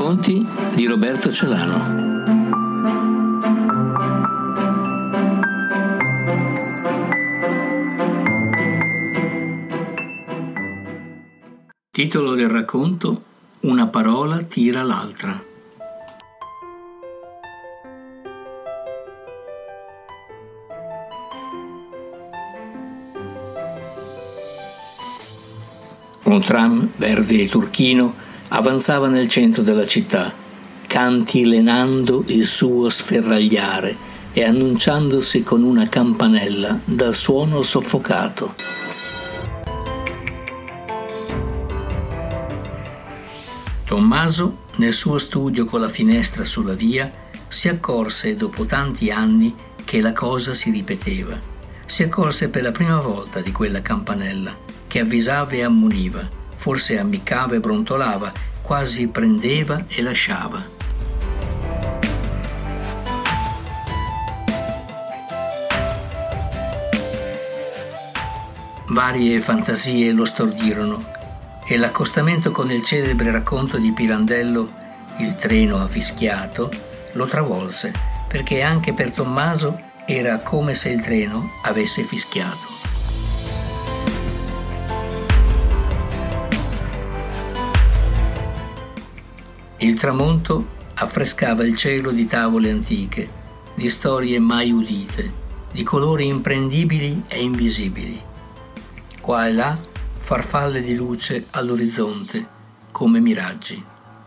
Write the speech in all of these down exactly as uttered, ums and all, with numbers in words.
Racconti di Roberto Celano. Titolo del racconto: Una parola tira l'altra. Un tram verde e turchino avanzava nel centro della città, cantilenando il suo sferragliare e annunciandosi con una campanella dal suono soffocato. Tommaso, nel suo studio con la finestra sulla via, si accorse dopo tanti anni che la cosa si ripeteva. Si accorse per la prima volta di quella campanella che avvisava e ammoniva, forse ammiccava e brontolava, quasi prendeva e lasciava. Varie fantasie lo stordirono e l'accostamento con il celebre racconto di Pirandello, Il treno ha fischiato, lo travolse, perché anche per Tommaso era come se il treno avesse fischiato. Il tramonto affrescava il cielo di tavole antiche, di storie mai udite, di colori imprendibili e invisibili. Qua e là farfalle di luce all'orizzonte, come miraggi.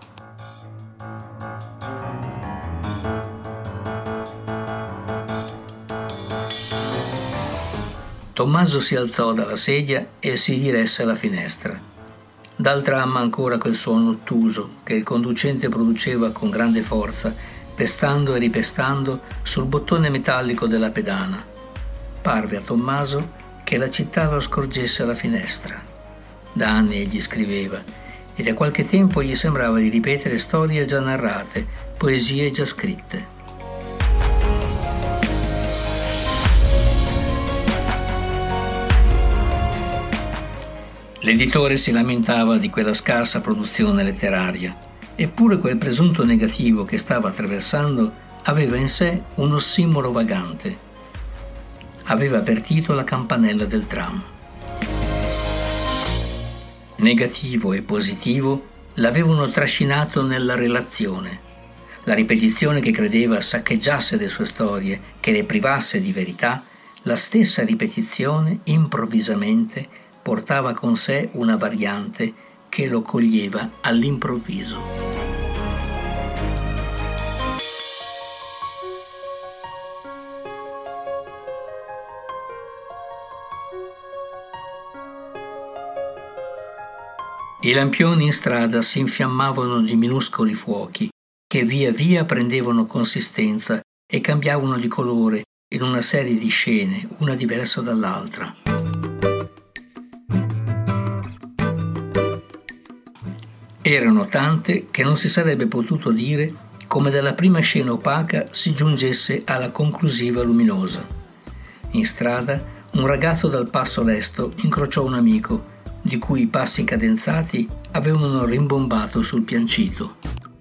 Tommaso si alzò dalla sedia e si diresse alla finestra. Dal tram ancora quel suono ottuso che il conducente produceva con grande forza, pestando e ripestando sul bottone metallico della pedana. Parve a Tommaso che la città lo scorgesse alla finestra. Da anni egli scriveva e da qualche tempo gli sembrava di ripetere storie già narrate, poesie già scritte. L'editore si lamentava di quella scarsa produzione letteraria, eppure quel presunto negativo che stava attraversando aveva in sé un ossimoro vagante. Aveva avvertito la campanella del tram. Negativo e positivo l'avevano trascinato nella relazione. La ripetizione che credeva saccheggiasse le sue storie, che le privasse di verità, la stessa ripetizione improvvisamente portava con sé una variante che lo coglieva all'improvviso. I lampioni in strada si infiammavano di minuscoli fuochi che via via prendevano consistenza e cambiavano di colore in una serie di scene, una diversa dall'altra. Erano tante che non si sarebbe potuto dire come dalla prima scena opaca si giungesse alla conclusiva luminosa. In strada un ragazzo dal passo lesto incrociò un amico di cui i passi cadenzati avevano rimbombato sul piancito.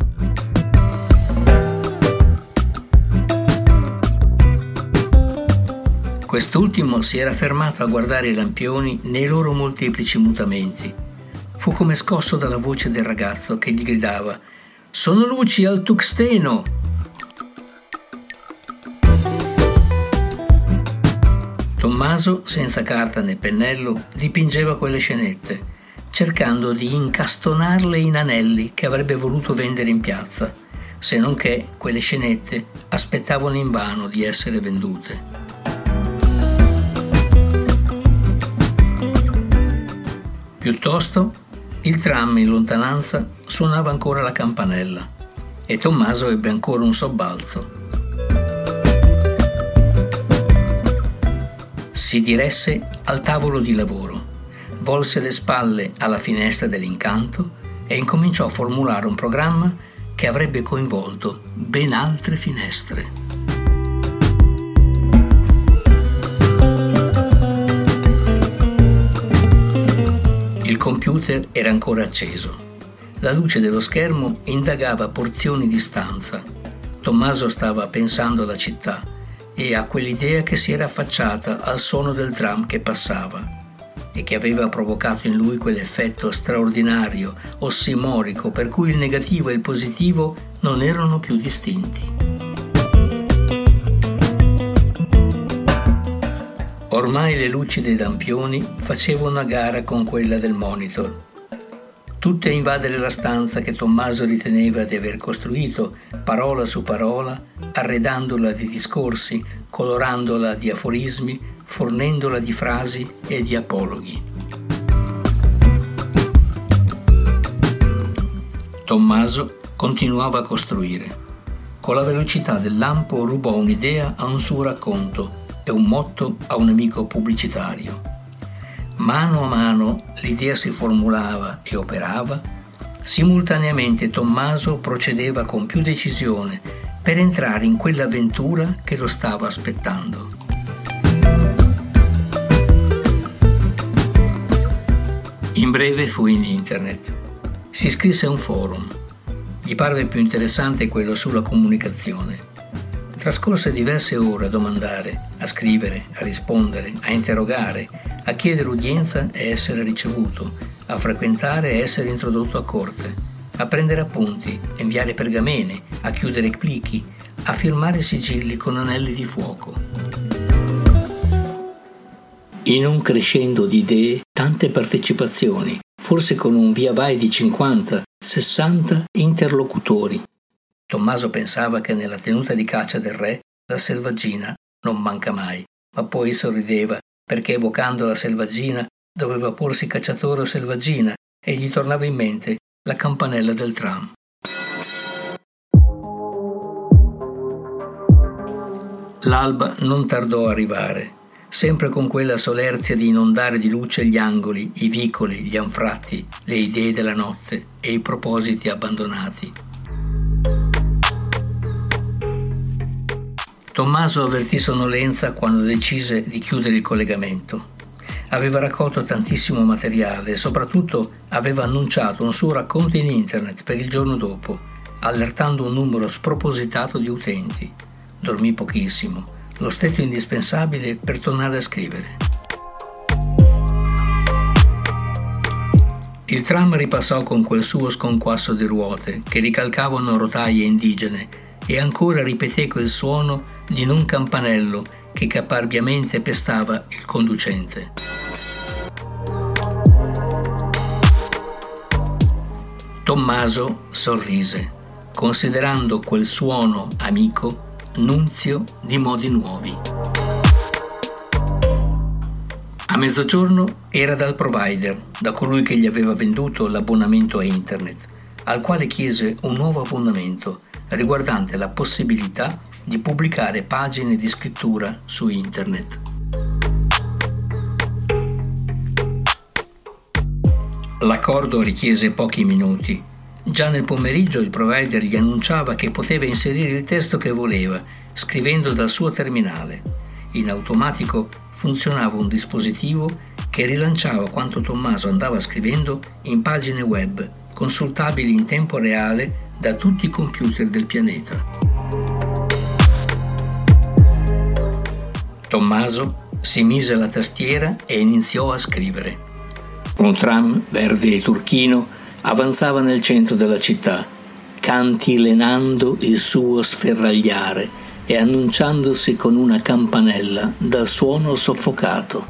Quest'ultimo si era fermato a guardare i lampioni nei loro molteplici mutamenti. Fu come scosso dalla voce del ragazzo che gli gridava: «Sono luci al tuxteno!» Tommaso, senza carta né pennello, dipingeva quelle scenette, cercando di incastonarle in anelli che avrebbe voluto vendere in piazza, se non che quelle scenette aspettavano invano di essere vendute. Piuttosto, il tram in lontananza suonava ancora la campanella e Tommaso ebbe ancora un sobbalzo. Si diresse al tavolo di lavoro, volse le spalle alla finestra dell'incanto e incominciò a formulare un programma che avrebbe coinvolto ben altre finestre. Il computer era ancora acceso. la luce dello schermo indagava porzioni di stanza. Tommaso stava pensando alla città e a quell'idea che si era affacciata al suono del tram che passava e che aveva provocato in lui quell'effetto straordinario, ossimorico, per cui il negativo e il positivo non erano più distinti. Ormai le luci dei lampioni facevano a gara con quella del monitor, tutte a invadere la stanza che Tommaso riteneva di aver costruito, parola su parola, arredandola di discorsi, colorandola di aforismi, fornendola di frasi e di apologhi. Tommaso continuava a costruire. Con la velocità del lampo rubò un'idea a un suo racconto e un motto a un amico pubblicitario. Mano a mano l'idea si formulava e operava, simultaneamente Tommaso procedeva con più decisione per entrare in quell'avventura che lo stava aspettando. In breve fu in internet. Si iscrisse a un forum. Gli parve più interessante quello sulla comunicazione. Trascorse diverse ore a domandare, a scrivere, a rispondere, a interrogare, a chiedere udienza e essere ricevuto, a frequentare e essere introdotto a corte, a prendere appunti, a inviare pergamene, a chiudere plichi, a firmare sigilli con anelli di fuoco. In un crescendo di idee, tante partecipazioni, forse con un via vai di cinquanta, sessanta interlocutori. Tommaso pensava che nella tenuta di caccia del re la selvaggina non manca mai, ma poi sorrideva perché evocando la selvaggina doveva porsi cacciatore o selvaggina e gli tornava in mente la campanella del tram. L'alba non tardò a arrivare, sempre con quella solerzia di inondare di luce gli angoli, i vicoli, gli anfratti, le idee della notte e i propositi abbandonati. Tommaso avvertì sonnolenza quando decise di chiudere il collegamento. Aveva raccolto tantissimo materiale e soprattutto aveva annunciato un suo racconto in internet per il giorno dopo, allertando un numero spropositato di utenti. Dormì pochissimo, lo stretto indispensabile per tornare a scrivere. Il tram ripassò con quel suo sconquasso di ruote che ricalcavano rotaie indigene e ancora ripeté quel suono di un campanello che caparbiamente pestava il conducente. Tommaso sorrise, considerando quel suono amico nunzio di modi nuovi. A mezzogiorno era dal provider, da colui che gli aveva venduto l'abbonamento a internet, al quale chiese un nuovo abbonamento riguardante la possibilità di pubblicare pagine di scrittura su internet. L'accordo richiese pochi minuti. Già nel pomeriggio il provider gli annunciava che poteva inserire il testo che voleva, scrivendo dal suo terminale. In automatico funzionava un dispositivo che rilanciava quanto Tommaso andava scrivendo in pagine web, consultabili in tempo reale da tutti i computer del pianeta. Tommaso si mise alla tastiera e iniziò a scrivere. Un tram verde e turchino avanzava nel centro della città, cantilenando il suo sferragliare e annunciandosi con una campanella dal suono soffocato.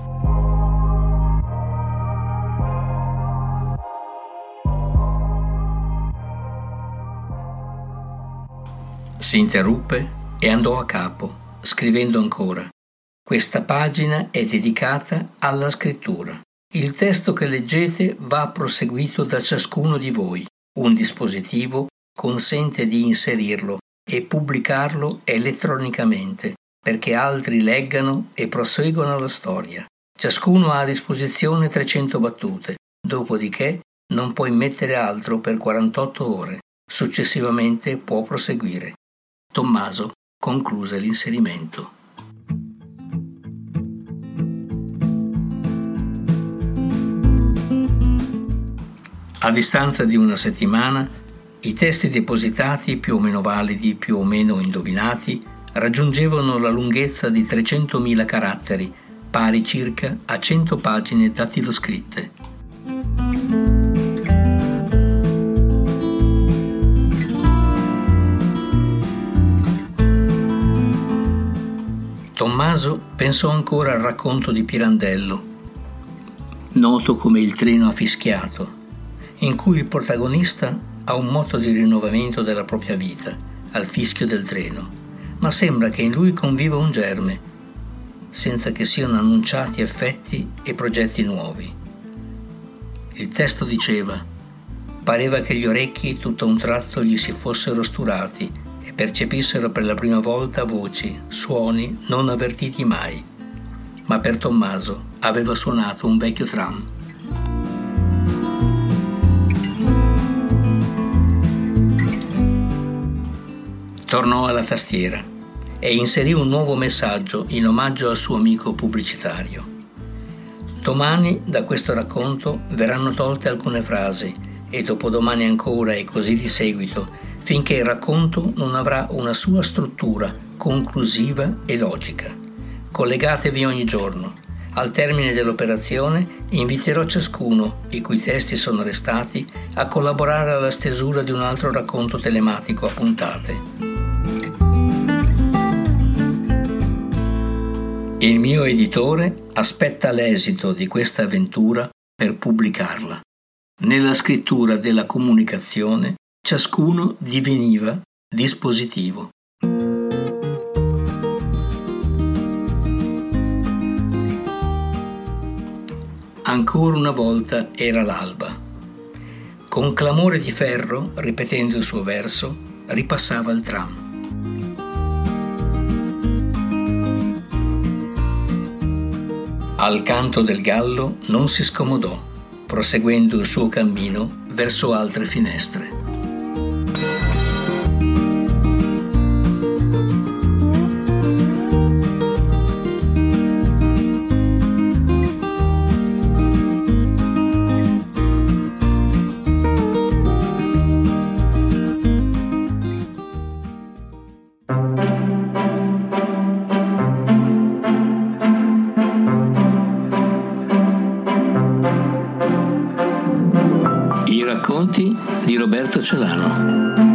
Si interruppe e andò a capo, scrivendo ancora. Questa pagina è dedicata alla scrittura. Il testo che leggete va proseguito da ciascuno di voi. Un dispositivo consente di inserirlo e pubblicarlo elettronicamente perché altri leggano e proseguano la storia. Ciascuno ha a disposizione trecento battute, dopodiché non può immettere altro per quarantotto ore. Successivamente può proseguire. Tommaso concluse l'inserimento. A distanza di una settimana, i testi depositati, più o meno validi, più o meno indovinati, raggiungevano la lunghezza di trecentomila caratteri, pari circa a cento pagine dattiloscritte. Tommaso pensò ancora al racconto di Pirandello, noto come Il treno affischiato, in cui il protagonista ha un moto di rinnovamento della propria vita, al fischio del treno, ma sembra che in lui conviva un germe, senza che siano annunciati effetti e progetti nuovi. Il testo diceva: pareva che gli orecchi tutto a un tratto gli si fossero sturati e percepissero per la prima volta voci, suoni non avvertiti mai. Ma per Tommaso aveva suonato un vecchio tram. Tornò alla tastiera e inserì un nuovo messaggio in omaggio al suo amico pubblicitario. Domani da questo racconto verranno tolte alcune frasi e dopodomani ancora e così di seguito, finché il racconto non avrà una sua struttura conclusiva e logica. Collegatevi ogni giorno. Al termine dell'operazione inviterò ciascuno, i cui testi sono restati, a collaborare alla stesura di un altro racconto telematico a puntate. Il mio editore aspetta l'esito di questa avventura per pubblicarla. Nella scrittura della comunicazione ciascuno diveniva dispositivo. Ancora una volta era l'alba. Con clamore di ferro, ripetendo il suo verso, ripassava il tram. Al canto del gallo non si scomodò, proseguendo il suo cammino verso altre finestre. I racconti di Roberto Celano.